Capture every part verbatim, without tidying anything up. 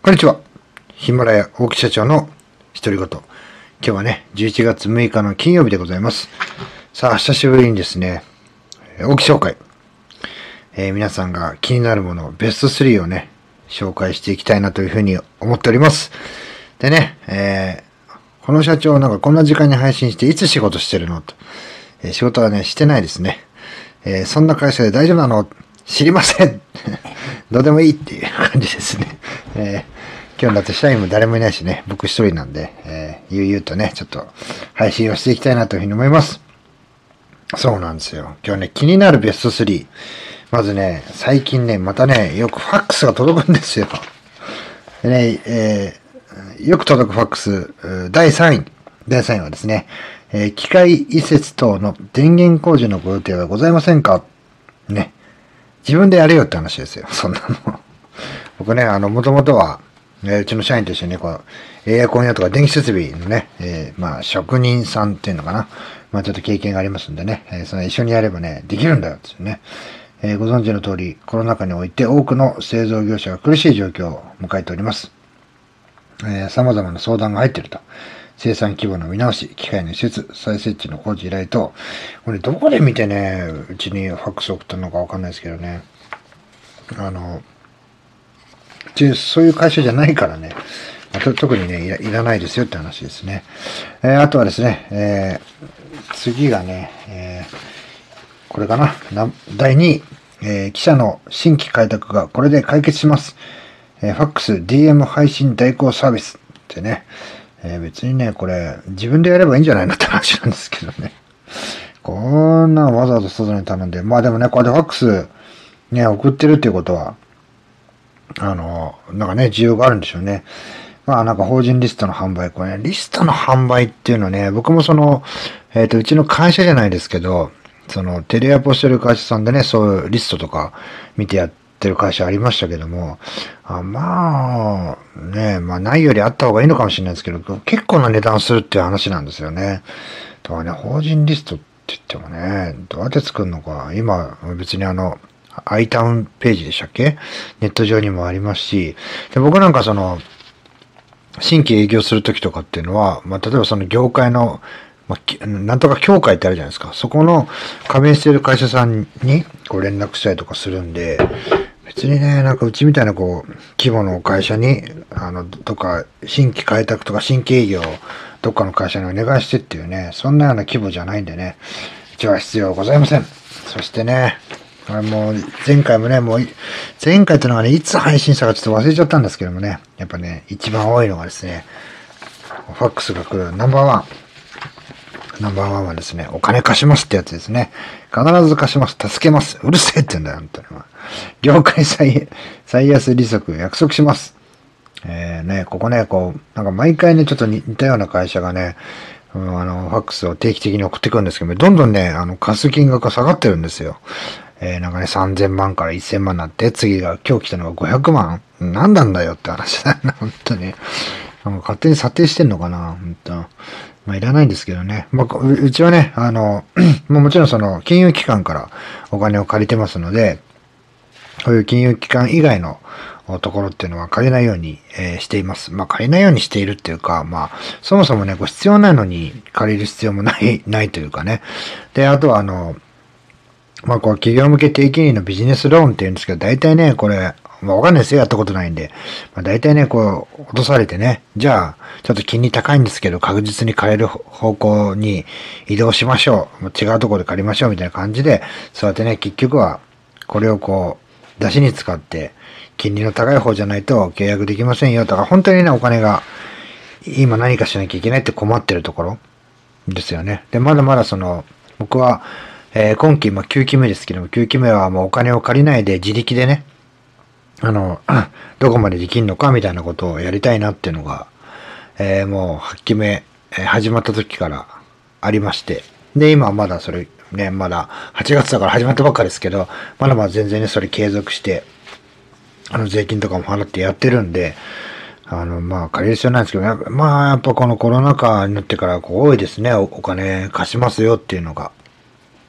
こんにちは。ヒマラヤ大木社長の独り言。今日はね、じゅういちがつむいかの金曜日でございます。さあ、久しぶりにですね、大木紹介。えー、皆さんが気になるもの、ベストスリーをね、紹介していきたいなというふうに思っております。でね、えー、この社長なんかこんな時間に配信していつ仕事してるのと。えー、仕事はね、してないですね。えー、そんな会社で大丈夫なの知りませんどうでもいいっていう感じですね。えー、今日だって社員も誰もいないしね、僕一人なんで、えー、悠々とね、ちょっと配信をしていきたいなというふうに思います。そうなんですよ。今日ね、気になるベストスリー。まずね、最近ね、またね、よくファックスが届くんですよ。でね、えー、よく届くファックス、だいさんい。だいさんいはですね、えー、機械移設等の電源工事のご予定はございませんかね。自分でやれよって話ですよ。そんなの。僕ね、あの、もともとは、えー、うちの社員と一緒にね、こう、エアコン屋とか電気設備のね、えー、まあ、職人さんっていうのかな。まあ、ちょっと経験がありますんでね、えー、その一緒にやればね、できるんだよっていうね。えー、ご存知の通り、コロナ禍において多くの製造業者が苦しい状況を迎えております。えー、様々な相談が入っていると。生産規模の見直し、機械の施設、再設置の工事依頼と、これどこで見てね、うちにファックス送ったのかわかんないですけどね。あの、うちそういう会社じゃないからね、と特にねいら、いらないですよって話ですね。えー、あとはですね、えー、次がね、えー、これかな、なだいにい、えー、記者の新規開拓がこれで解決します。えー、ファックス ディーエム 配信代行サービスってね、えー、別にね、これ、自分でやればいいんじゃないのって話なんですけどね。こんなわざわざ外に頼んで、まあでもね、これでファックス、ね、送ってるっていうことは、あの、なんかね、需要があるんでしょうね。まあなんか法人リストの販売、これね、リストの販売っていうのはね、僕もその、えっと、うちの会社じゃないですけど、その、テレアポしてる会社さんでね、そういうリストとか見てやってる会社ありましたけども、あまあ、ね、まあないよりあった方がいいのかもしれないですけど、結構な値段するっていう話なんですよね。だからね、法人リストって言ってもね、どうやって作るのか、今、別にあの、アイタウンページでしたっけ？ネット上にもありますし、で僕なんかその、新規営業するときとかっていうのは、まあ、例えばその業界の、まあ、なんとか協会ってあるじゃないですか。そこの加盟している会社さんにこう連絡したりとかするんで、別にね、なんかうちみたいなこう、規模の会社に、あの、とか、新規開拓とか新規営業、どっかの会社にお願いしてっていうね、そんなような規模じゃないんでね、うちは必要ございません。そしてね、これもう、前回もね、もう、前回というのはね、いつ配信したかちょっと忘れちゃったんですけどもね、やっぱね、一番多いのがですね、ファックスが来るナンバーワン。ナンバーワンはですね、お金貸しますってやつですね。必ず貸します。助けます。うるせえって言うんだよ、本当に。業界最、最安利息約束します。えー、ね、ここね、こう、なんか毎回ね、ちょっと似たような会社がね、うん、あの、ファックスを定期的に送ってくるんですけど、どんどんね、あの、貸す金額が下がってるんですよ。えー、なんかね、さんぜんまんからせんまんになって、次が、今日来たのがごひゃくまん？何なんだよって話だよな、本当に。なんか勝手に査定してんのかな、本当。まあ、いらないんですけどね。まあ、う、うちはね、あの、もちろんその、金融機関からお金を借りてますので、こういう金融機関以外のところっていうのは借りないように、えー、しています。まあ、借りないようにしているっていうか、まあ、そもそもね、こう必要ないのに借りる必要もない、ないというかね。で、あとはあの、まあ、こう、企業向け低金利のビジネスローンって言うんですけど、大体ね、これ、まあ、わかんないですよ。やったことないんで。まあ、大体ね、こう、落とされてね、じゃあ、ちょっと金利高いんですけど、確実に借りる方向に移動しましょう。もう違うところで借りましょうみたいな感じで、そうやってね、結局は、これをこう、出しに使って、金利の高い方じゃないと契約できませんよ。だから本当にね、お金が、今何かしなきゃいけないって困ってるところですよね。で、まだまだその、僕は、えー、今期、まあ、きゅうきめですけども、きゅうきめはもうお金を借りないで自力でね、あの、どこまでできんのかみたいなことをやりたいなっていうのが、えー、もうはちきめ、えー、始まった時からありまして、で、今はまだそれ、ね、まだはちがつだから始まったばっかですけど、まだまだ全然ね、それ継続して、あの、税金とかも払ってやってるんで、あの、まあ、借りる必要ないんですけど、まあ、やっぱこのコロナ禍になってからこう多いですね、お、お金貸しますよっていうのが。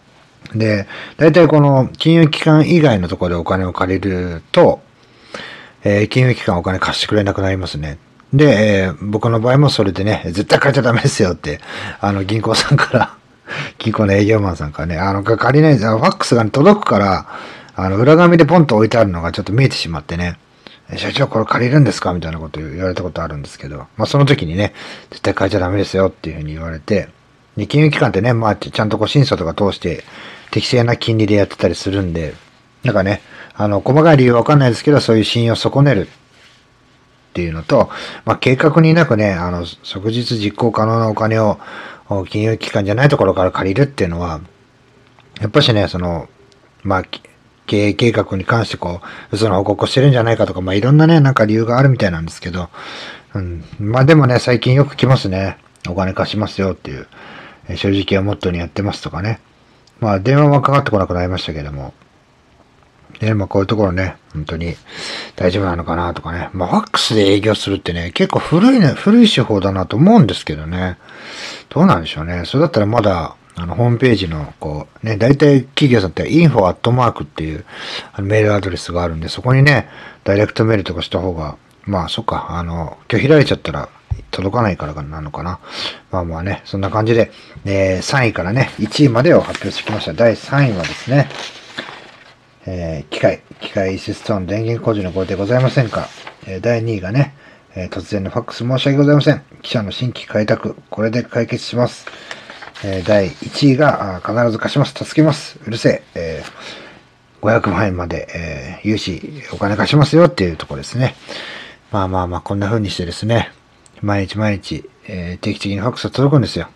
で、大体この金融機関以外のところでお金を借りると、 えー、金融機関お金貸してくれなくなりますね。で、えー、僕の場合もそれでね、絶対借りちゃダメですよって、あの、銀行さんから銀行の営業マンさんからね、あの、借りないです。ファックスが、ね、届くから、あの、裏紙でポンと置いてあるのがちょっと見えてしまってね、社長これ借りるんですかみたいなこと言われたことあるんですけど、まあその時にね、絶対借りちゃダメですよっていうふうに言われて、で金融機関ってね、まあちゃんとこう審査とか通して適正な金利でやってたりするんで、なんかね、あの、細かい理由わかんないですけど、そういう信用を損ねるっていうのと、まあ計画になくね、あの、即日実行可能なお金を金融機関じゃないところから借りるっていうのは、やっぱしね、その、まあ、経営計画に関してこう、嘘の報告をしてるんじゃないかとか、まあいろんなね、なんか理由があるみたいなんですけど、うん。まあでもね、最近よく来ますね。お金貸しますよっていう、え正直はモットーにやってますとかね。まあ電話はかかってこなくなりましたけども。で、まあこういうところね、本当に大丈夫なのかなとかね。まあファックスで営業するってね、結構古いね、古い手法だなと思うんですけどね。どうなんでしょうね。それだったらまだ、あの、ホームページの、こう、ね、大体企業さんって インフォ アットマークっていうあのメールアドレスがあるんで、そこにね、ダイレクトメールとかした方が、まあ、そっか、あの、拒否られちゃったら届かないからなのかな。まあまあね、そんな感じで、えー、さんいからね、いちいまでを発表してきました。だいさんいはですね、えー、機械、機械システムの電源工事のご予定ございませんか。えー、だいにいがね、えー、突然のファックス申し訳ございません。記者の新規開拓、これで解決します。えー、だいいちいが、必ず貸します。助けます。うるせえ。えー、ごひゃくまんえんまで、えー、融資、お金貸しますよっていうところですね。まあまあまあ、こんな風にしてですね、毎日毎日、えー、定期的にファックスが届くんですよ。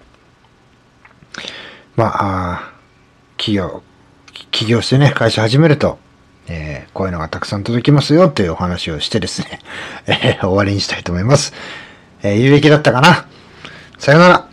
まあ、あ企業、起業してね、会社始めると、えー、こういうのがたくさん届きますよというお話をしてですね、えー、終わりにしたいと思います。えー、有益だったかな。さよなら。